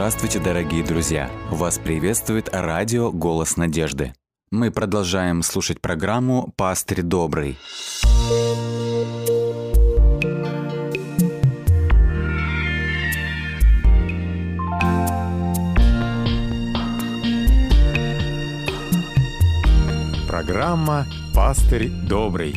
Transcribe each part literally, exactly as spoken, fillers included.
Здравствуйте, дорогие друзья! Вас приветствует радио «Голос надежды». Мы продолжаем слушать программу «Пастырь добрый». Программа «Пастырь добрый».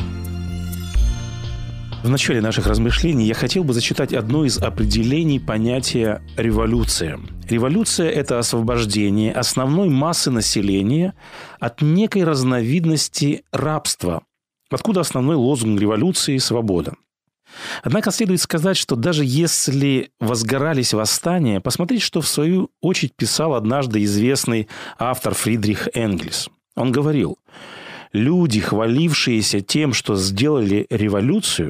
В начале наших размышлений я хотел бы зачитать одно из определений понятия «революция». Революция – это освобождение основной массы населения от некой разновидности рабства, откуда основной лозунг революции – свобода. Однако следует сказать, что даже если возгорались восстания, посмотрите, что в свою очередь писал однажды известный автор Фридрих Энгельс. Он говорил: «Люди, хвалившиеся тем, что сделали революцию,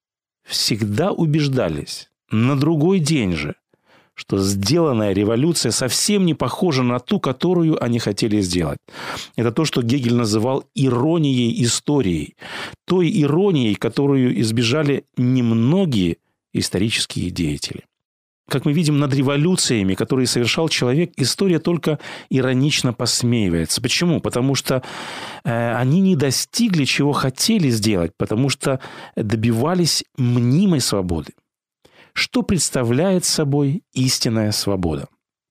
всегда убеждались на другой день же, что сделанная революция совсем не похожа на ту, которую они хотели сделать». Это то, что Гегель называл иронией истории. Той иронией, которую избежали немногие исторические деятели. Как мы видим, над революциями, которые совершал человек, история только иронично посмеивается. Почему? Потому что э, они не достигли, чего хотели сделать, потому что добивались мнимой свободы. Что представляет собой истинная свобода?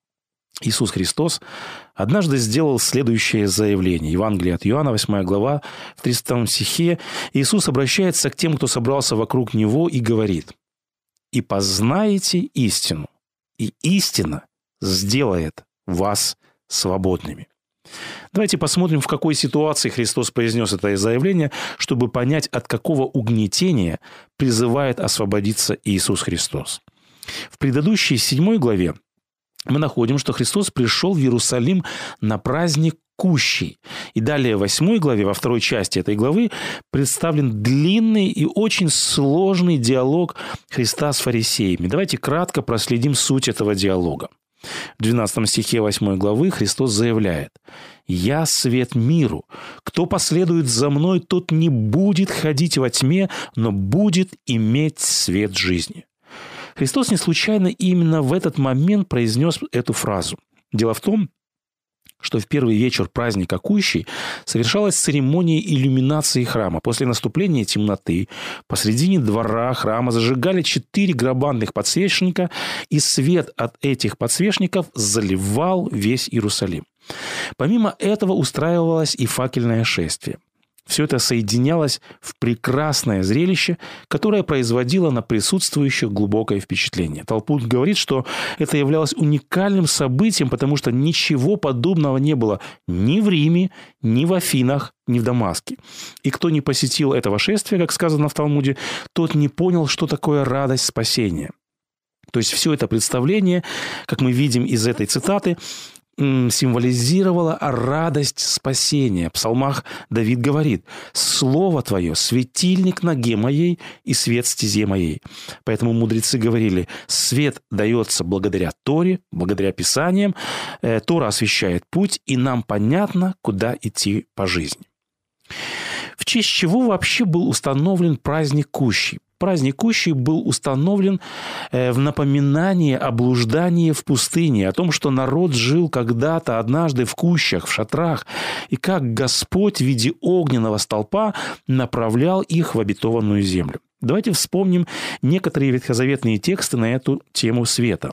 Иисус Христос однажды сделал следующее заявление. Евангелие от Иоанна, восьмая глава, в тридцатом стихе. Иисус обращается к тем, кто собрался вокруг Него, и говорит: «И познаете истину, и истина сделает вас свободными». Давайте посмотрим, в какой ситуации Христос произнес это заявление, чтобы понять, от какого угнетения призывает освободиться Иисус Христос. В предыдущей седьмой главе мы находим, что Христос пришел в Иерусалим на праздник Кущей. И далее в восьмой главе, во второй части этой главы, представлен длинный и очень сложный диалог Христа с фарисеями. Давайте кратко проследим суть этого диалога. В двенадцатом стихе восьмой главы Христос заявляет: «Я свет миру. Кто последует за мной, тот не будет ходить во тьме, но будет иметь свет жизни». Христос не случайно именно в этот момент произнес эту фразу. Дело в том, что в первый вечер праздника Кущей совершалась церемония иллюминации храма. После наступления темноты посредине двора храма зажигали четыре гробанных подсвечника, и свет от этих подсвечников заливал весь Иерусалим. Помимо этого устраивалось и факельное шествие. Все это соединялось в прекрасное зрелище, которое производило на присутствующих глубокое впечатление. Талмуд говорит, что это являлось уникальным событием, потому что ничего подобного не было ни в Риме, ни в Афинах, ни в Дамаске. И кто не посетил этого шествия, как сказано в Талмуде, тот не понял, что такое радость спасения. То есть все это представление, как мы видим из этой цитаты, символизировала радость спасения. В псалмах Давид говорит: «Слово Твое – светильник ноге моей и свет стезе моей». Поэтому мудрецы говорили: свет дается благодаря Торе, благодаря Писаниям. Тора освещает путь, и нам понятно, куда идти по жизни. В честь чего вообще был установлен праздник Кущей? Праздник Кущей был установлен в напоминание о блуждании в пустыне, о том, что народ жил когда-то однажды в кущах, в шатрах, и как Господь в виде огненного столпа направлял их в обетованную землю. Давайте вспомним некоторые ветхозаветные тексты на эту тему света.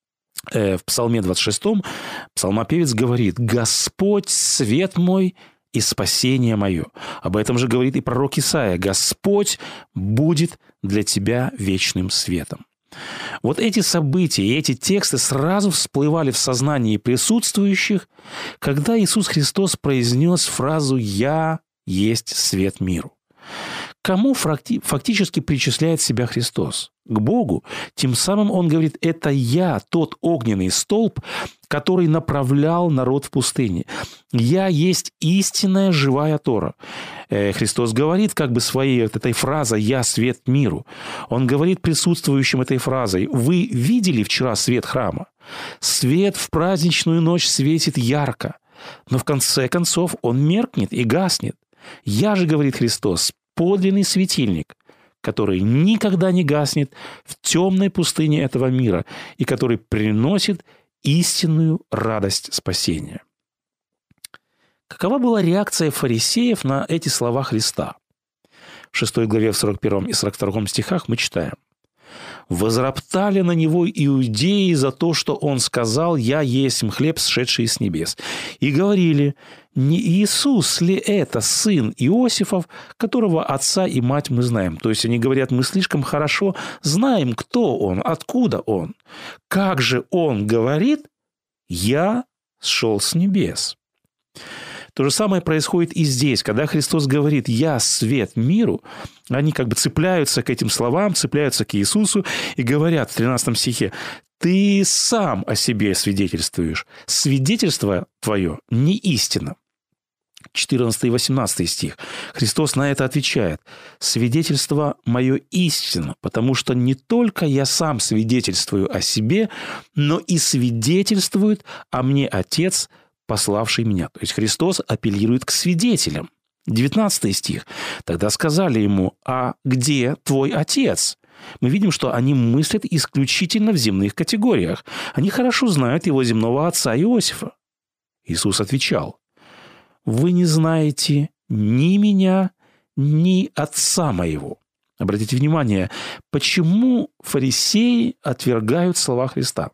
В Псалме двадцать шестом псалмопевец говорит: «Господь, свет мой и спасение мое». Об этом же говорит и пророк Исаия: «Господь будет для тебя вечным светом». Вот эти события и эти тексты сразу всплывали в сознании присутствующих, когда Иисус Христос произнес фразу «Я есть свет миру». К кому фактически причисляет себя Христос? К Богу. Тем самым Он говорит: «Это я, тот огненный столб, который направлял народ в пустыне. Я есть истинная живая Тора». Христос говорит как бы своей вот этой фразой «Я свет миру». Он говорит присутствующим этой фразой: «Вы видели вчера свет храма? Свет в праздничную ночь светит ярко, но в конце концов он меркнет и гаснет. Я же, говорит Христос, подлинный светильник, который никогда не гаснет в темной пустыне этого мира и который приносит истинную радость спасения. Какова была реакция фарисеев на эти слова Христа? В шестой главе, в сорок первом и сорок втором стихах мы читаем. «Возроптали на него иудеи за то, что он сказал: „Я есмь хлеб, сшедший с небес“, и говорили: не Иисус ли это сын Иосифов, которого отца и мать мы знаем?» То есть они говорят: мы слишком хорошо знаем, кто он, откуда он. Как же он говорит: «Я сшел с небес»? То же самое происходит и здесь. Когда Христос говорит: «Я свет миру», они как бы цепляются к этим словам, цепляются к Иисусу и говорят в тринадцатом стихе: «Ты сам о себе свидетельствуешь. Свидетельство твое не истина». четырнадцатый и восемнадцатый стих. Христос на это отвечает: «Свидетельство мое истинно, потому что не только я сам свидетельствую о себе, но и свидетельствует о мне Отец, пославший меня». То есть Христос апеллирует к свидетелям. девятнадцатый стих. «Тогда сказали ему: а где твой отец?» Мы видим, что они мыслят исключительно в земных категориях. Они хорошо знают его земного отца Иосифа. Иисус отвечал: «Вы не знаете ни меня, ни отца моего». Обратите внимание, почему фарисеи отвергают слова Христа?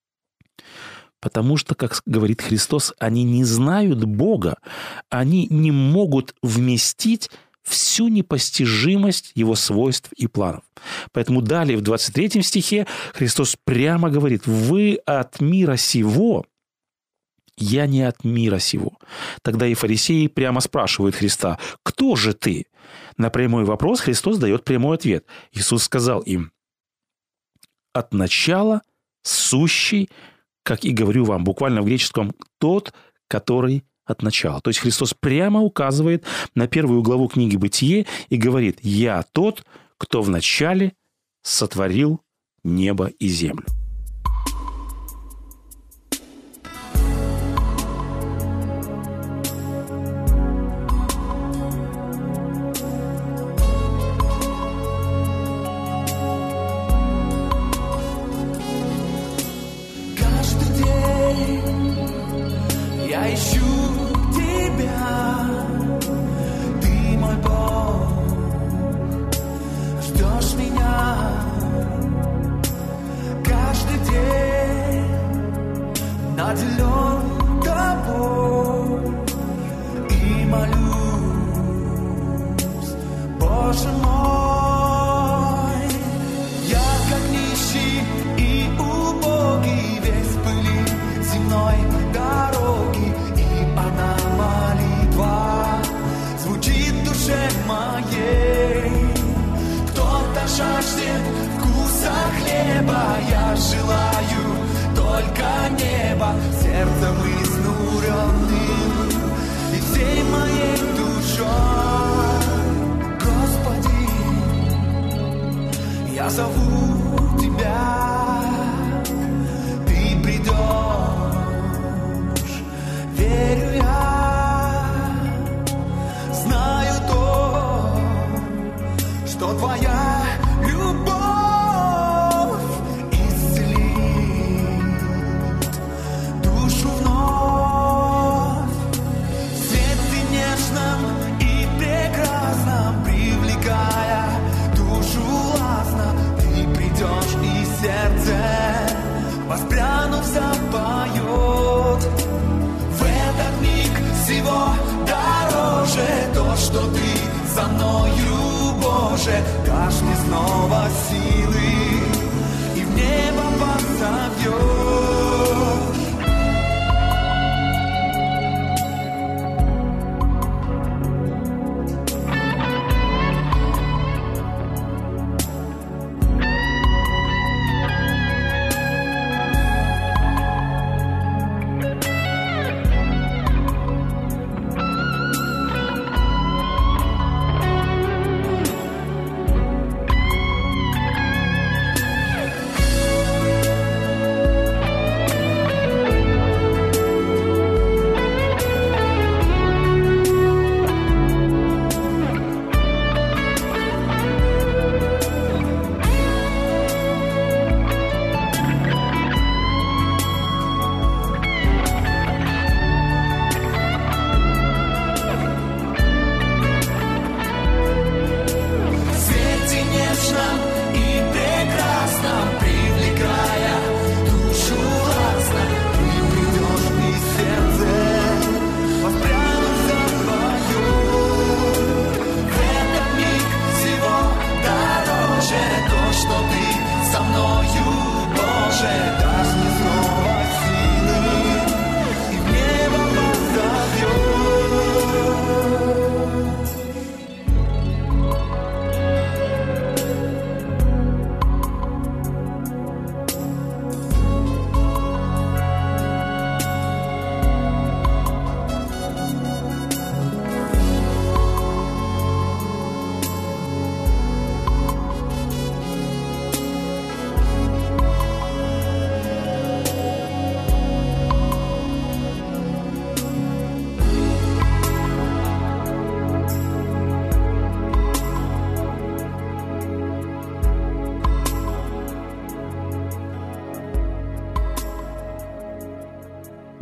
Потому что, как говорит Христос, они не знают Бога, они не могут вместить всю непостижимость Его свойств и планов. Поэтому далее в двадцать третьем стихе Христос прямо говорит: «Вы от мира сего, я не от мира сего». Тогда и фарисеи прямо спрашивают Христа: «Кто же ты?» На прямой вопрос Христос дает прямой ответ. Иисус сказал им: «От начала сущий, как и говорю вам», буквально в греческом «тот, который от начала». То есть Христос прямо указывает на первую главу книги «Бытие» и говорит: «Я тот, кто вначале сотворил небо и землю». Я ищу тебя, ты мой Бог, ждешь меня каждый день, наделен тобой и молюсь, Боже мой, я как нищий и убогий, весь в пыли земной дороги, и одна молитва звучит в душе моей. Кто-то жаждет вкуса хлеба, я желаю только неба, сердцем изнуренным и всей моей душой. Господи, я зову Тебя, Ты придешь, верю я, знаю то, что Твоя любовь исцелит душу вновь. В свете нежном и прекрасном, привлекая душу властно, Ты придешь, и сердце, воспрянув, запоет. В этот миг всего дороже то, что Ты со мною, Боже. Дашь мне снова силы и в небо позовешь.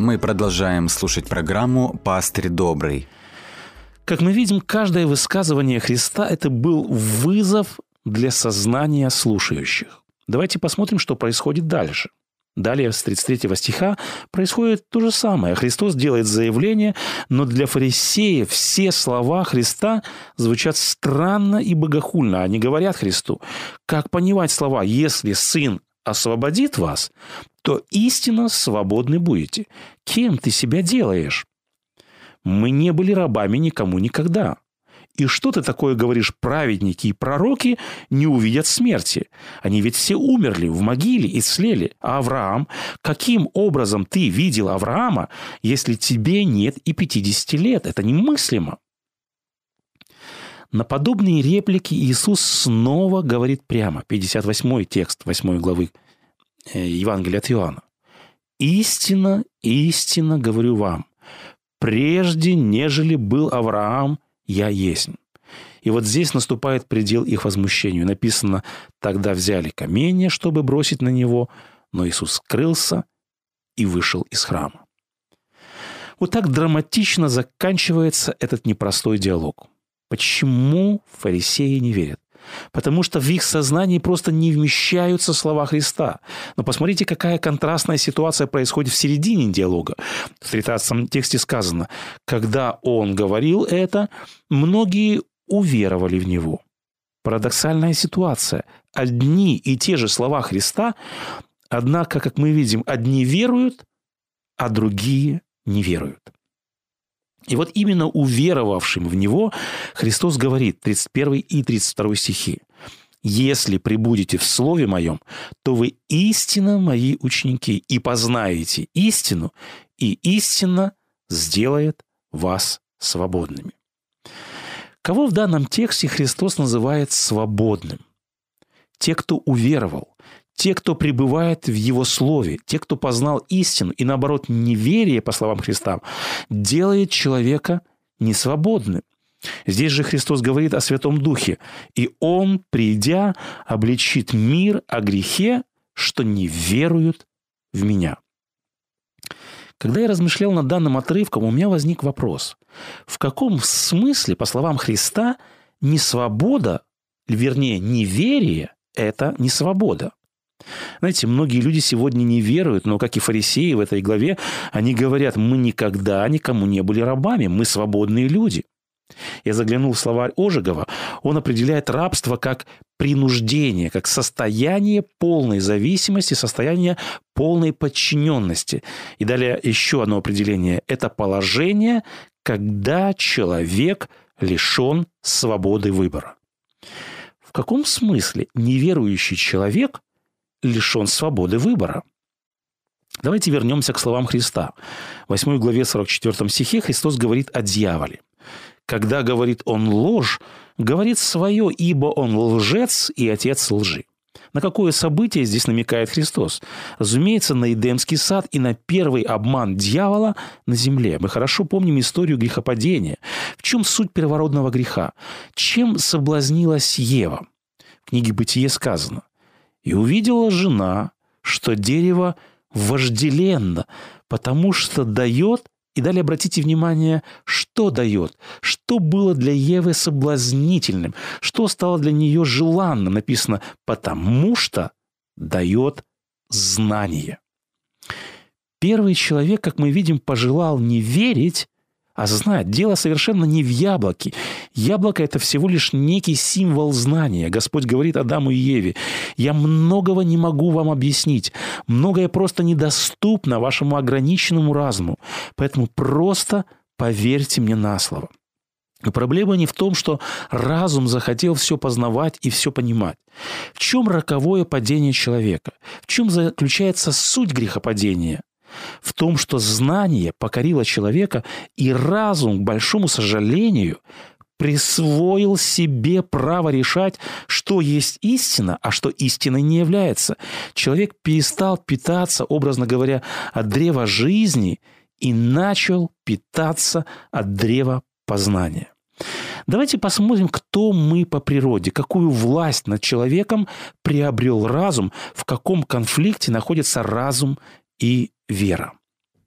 Мы продолжаем слушать программу «Пастырь добрый». Как мы видим, каждое высказывание Христа – это был вызов для сознания слушающих. Давайте посмотрим, что происходит дальше. Далее, с тридцать третьего стиха, происходит то же самое. Христос делает заявление, но для фарисеев все слова Христа звучат странно и богохульно. Они говорят Христу: как понимать слова «если Сын освободит вас, то истинно свободны будете». Кем ты себя делаешь? Мы не были рабами никому никогда. И что ты такое говоришь: праведники и пророки не увидят смерти? Они ведь все умерли в могиле и слели. А Авраам? Каким образом ты видел Авраама, если тебе нет и пятидесяти лет? Это немыслимо. На подобные реплики Иисус снова говорит прямо. пятьдесят восьмой текст восьмой главы Евангелия от Иоанна. «Истинно, истинно говорю вам, прежде нежели был Авраам, я есть». И вот здесь наступает предел их возмущению. Написано: «Тогда взяли камень, чтобы бросить на него, но Иисус скрылся и вышел из храма». Вот так драматично заканчивается этот непростой диалог. Почему фарисеи не верят? Потому что в их сознании просто не вмещаются слова Христа. Но посмотрите, какая контрастная ситуация происходит в середине диалога. В тринадцатом тексте сказано: «Когда он говорил это, многие уверовали в него». Парадоксальная ситуация. Одни и те же слова Христа, однако, как мы видим, одни веруют, а другие не веруют. И вот именно уверовавшим в Него Христос говорит, тридцать первый и тридцать второй стихи: «Если пребудете в Слове Моем, то вы истинно Мои ученики, и познаете истину, и истина сделает вас свободными». Кого в данном тексте Христос называет свободным? Те, кто уверовал, те, кто пребывает в Его Слове, те, кто познал истину, и, наоборот, неверие, по словам Христа, делает человека несвободным. Здесь же Христос говорит о Святом Духе: «И Он, придя, обличит мир о грехе, что не веруют в Меня». Когда я размышлял над данным отрывком, у меня возник вопрос: в каком смысле, по словам Христа, несвобода, вернее, неверие – это не свобода? Знаете, многие люди сегодня не веруют, но, как и фарисеи в этой главе, они говорят: мы никогда никому не были рабами, мы свободные люди. Я заглянул в словарь Ожегова, он определяет рабство как принуждение, как состояние полной зависимости, состояние полной подчиненности. И далее еще одно определение – это положение, когда человек лишен свободы выбора. В каком смысле неверующий человек лишен свободы выбора? Давайте вернемся к словам Христа. В восьмой главе сорок четвёртом стихе Христос говорит о дьяволе. Когда говорит он ложь, говорит свое, ибо он лжец и отец лжи. На какое событие здесь намекает Христос? Разумеется, на Эдемский сад и на первый обман дьявола на земле. Мы хорошо помним историю грехопадения. В чем суть первородного греха? Чем соблазнилась Ева? В книге «Бытие» сказано: «И увидела жена, что дерево вожделенно, потому что дает». И далее обратите внимание, что дает, что было для Евы соблазнительным, что стало для нее желанным. Написано: «потому что дает знание». Первый человек, как мы видим, пожелал не верить, а знать. Дело совершенно не в яблоке. Яблоко – это всего лишь некий символ знания. Господь говорит Адаму и Еве: «Я многого не могу вам объяснить. Многое просто недоступно вашему ограниченному разуму. Поэтому просто поверьте мне на слово». И проблема не в том, что разум захотел все познавать и все понимать. В чем роковое падение человека? В чем заключается суть грехопадения? В том, что знание покорило человека, и разум, к большому сожалению, присвоил себе право решать, что есть истина, а что истиной не является. Человек перестал питаться, образно говоря, от древа жизни и начал питаться от древа познания. Давайте посмотрим, кто мы по природе, какую власть над человеком приобрел разум, в каком конфликте находится разум и вера.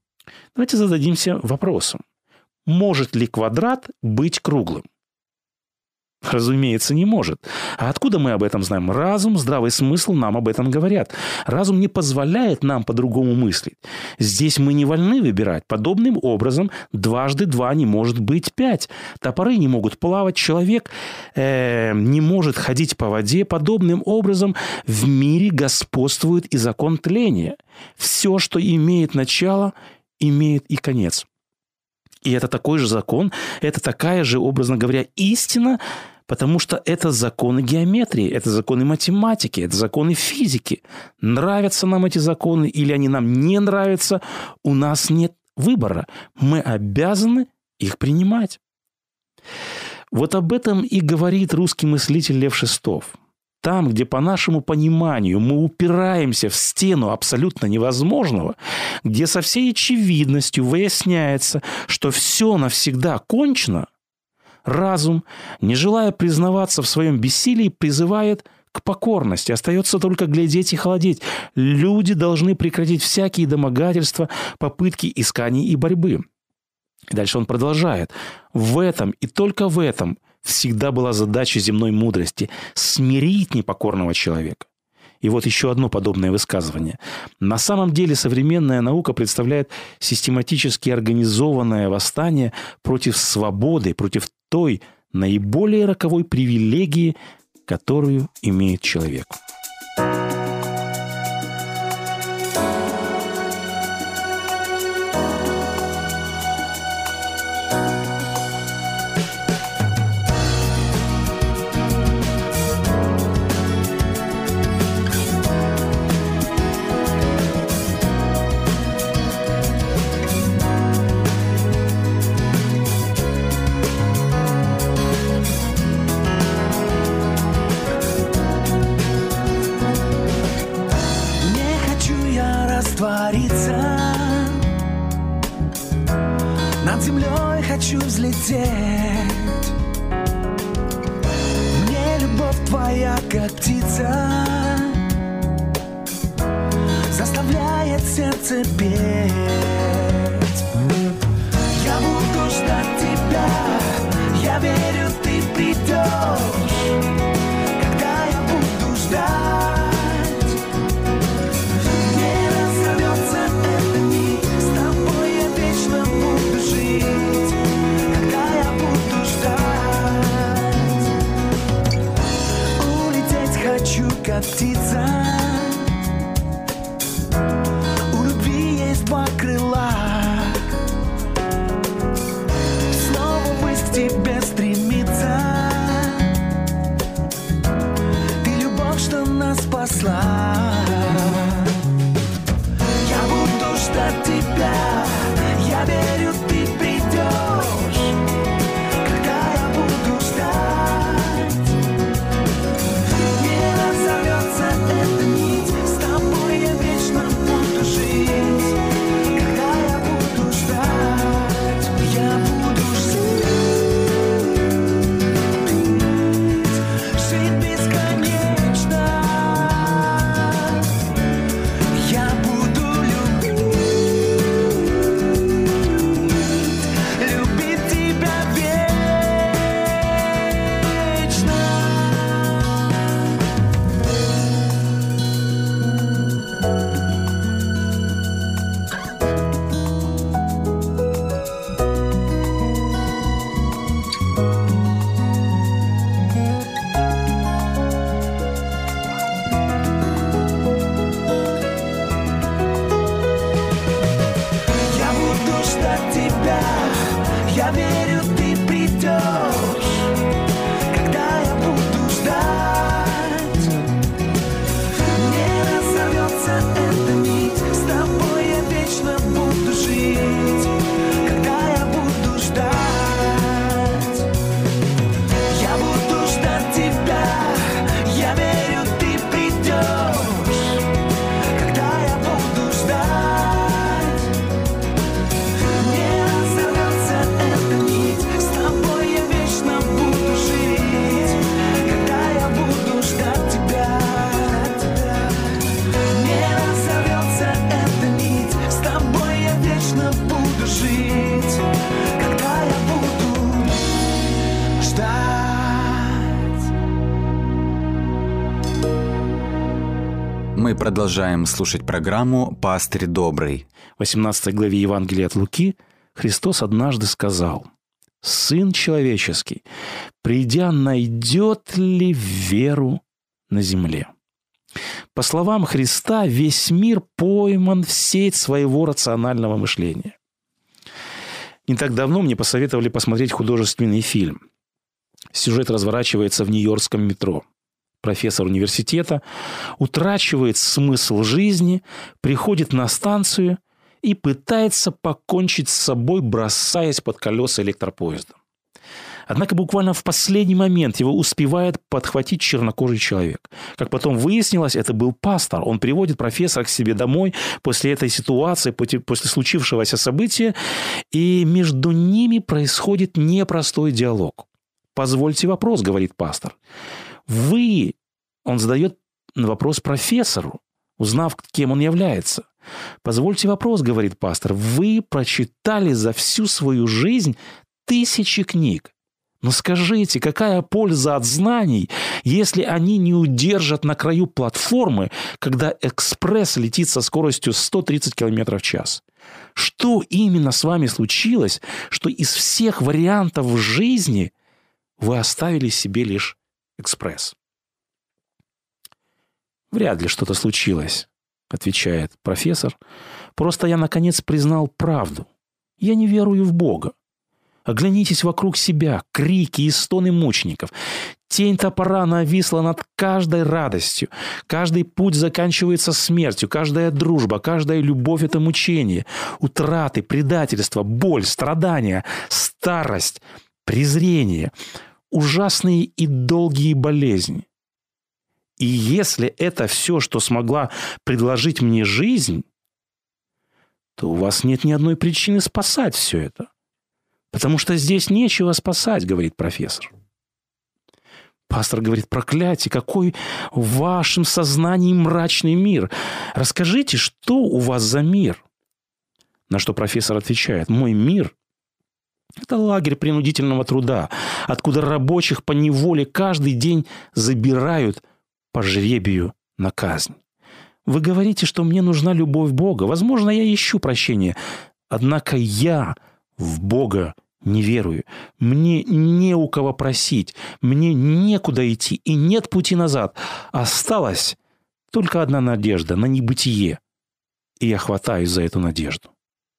Давайте зададимся вопросом. Может ли квадрат быть круглым? Разумеется, не может. А откуда мы об этом знаем? Разум, здравый смысл нам об этом говорят. Разум не позволяет нам по-другому мыслить. Здесь мы не вольны выбирать. Подобным образом дважды два не может быть пять. Топоры не могут плавать. Человек э, не может ходить по воде. Подобным образом в мире господствует и закон тления. Все, что имеет начало, имеет и конец. И это такой же закон, это такая же, образно говоря, истина, потому что это законы геометрии, это законы математики, это законы физики. Нравятся нам эти законы или они нам не нравятся, у нас нет выбора. Мы обязаны их принимать. Вот об этом и говорит русский мыслитель Лев Шестов. Там, где по нашему пониманию мы упираемся в стену абсолютно невозможного, где со всей очевидностью выясняется, что все навсегда кончено, разум, не желая признаваться в своем бессилии, призывает к покорности. Остается только глядеть и холодеть. Люди должны прекратить всякие домогательства, попытки исканий и борьбы. И дальше он продолжает. В этом и только в этом всегда была задача земной мудрости – смирить непокорного человека. И вот еще одно подобное высказывание. На самом деле современная наука представляет систематически организованное восстание против свободы, против той наиболее роковой привилегии, которую имеет человек. Над землей хочу взлететь. Мне любовь твоя, как птица, заставляет сердце петь. Я буду ждать тебя, я верю, ты придешь. Когда я буду ждать, как птица, у любви есть два крыла. Снова ввысь к тебе стремиться. Ты любовь, что нас спасла. Я буду ждать тебя, я верю, ты придешь. Когда я буду ждать, это Мы продолжаем слушать программу «Пастырь добрый». В восемнадцатой главе Евангелия от Луки Христос однажды сказал: «Сын человеческий, придя, найдет ли веру на земле?» По словам Христа, весь мир пойман в сеть своего рационального мышления. Не так давно мне посоветовали посмотреть художественный фильм. Сюжет разворачивается в нью-йоркском метро. Профессор университета утрачивает смысл жизни, приходит на станцию и пытается покончить с собой, бросаясь под колеса электропоезда. Однако буквально в последний момент его успевает подхватить чернокожий человек. Как потом выяснилось, это был пастор. Он приводит профессора к себе домой после этой ситуации, после случившегося события, и между ними происходит непростой диалог. «Позвольте вопрос», — говорит пастор. «Вы...» — он задает вопрос профессору, узнав, кем он является. «Позвольте вопрос», — говорит пастор. «Вы прочитали за всю свою жизнь тысячи книг. Но скажите, какая польза от знаний, если они не удержат на краю платформы, когда экспресс летит со скоростью сто тридцать километров в час? Что именно с вами случилось, что из всех вариантов жизни вы оставили себе лишь экспресс?» «Вряд ли что-то случилось», — отвечает профессор. «Просто я, наконец, признал правду. Я не верую в Бога. Оглянитесь вокруг себя, крики и стоны мучеников. Тень топора нависла над каждой радостью. Каждый путь заканчивается смертью. Каждая дружба, каждая любовь – это мучение. Утраты, предательство, боль, страдания, старость, презрение, ужасные и долгие болезни. И если это все, что смогла предложить мне жизнь, то у вас нет ни одной причины спасать все это. Потому что здесь нечего спасать», — говорит профессор. Пастор говорит: «Проклятие, какой в вашем сознании мрачный мир. Расскажите, что у вас за мир?» На что профессор отвечает: «Мой мир – это лагерь принудительного труда, откуда рабочих по неволе каждый день забирают по жребию на казнь. Вы говорите, что мне нужна любовь Бога. Возможно, я ищу прощения. Однако я в Бога не верую. Мне не у кого просить. Мне некуда идти. И нет пути назад. Осталась только одна надежда на небытие. И я хватаюсь за эту надежду».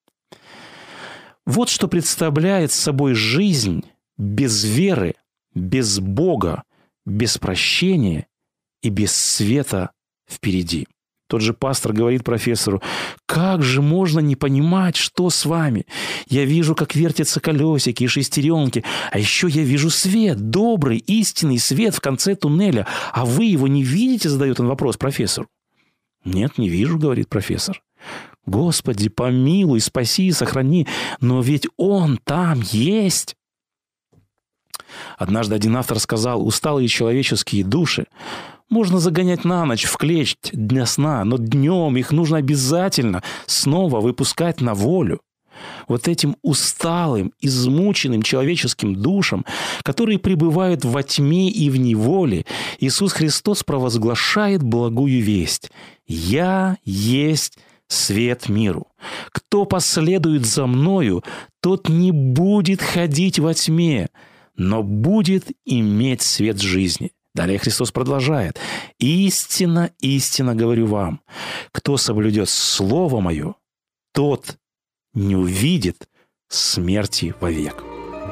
Вот что представляет собой жизнь без веры, без Бога, без прощения и без света впереди. Тот же пастор говорит профессору: «Как же можно не понимать, что с вами? Я вижу, как вертятся колесики и шестеренки, а еще я вижу свет, добрый, истинный свет в конце туннеля. А вы его не видите?» — задает он вопрос профессору. «Нет, не вижу», — говорит профессор. «Господи, помилуй, спаси и сохрани, но ведь он там есть». Однажды один автор сказал: «Усталые человеческие души можно загонять на ночь в клеть для сна, но днем их нужно обязательно снова выпускать на волю». Вот этим усталым, измученным человеческим душам, которые пребывают во тьме и в неволе, Иисус Христос провозглашает благую весть: «Я есть свет миру. Кто последует за Мною, тот не будет ходить во тьме, но будет иметь свет жизни». Далее Христос продолжает: «Истинно, истинно говорю вам, кто соблюдет Слово Мое, тот не увидит смерти вовек».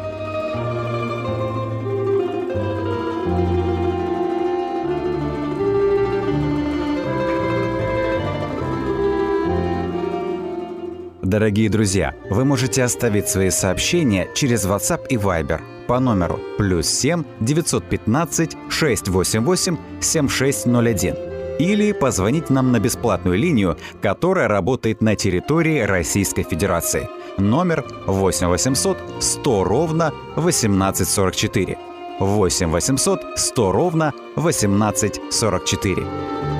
Дорогие друзья, вы можете оставить свои сообщения через WhatsApp и Viber по номеру плюс семь девятьсот пятнадцать шестьсот восемьдесят восемь семьдесят шесть ноль один или позвонить нам на бесплатную линию, которая работает на территории Российской Федерации. Номер восемь восемьсот сто ровно восемнадцать сорок четыре. восемь восемьсот сто ровно восемнадцать сорок четыре.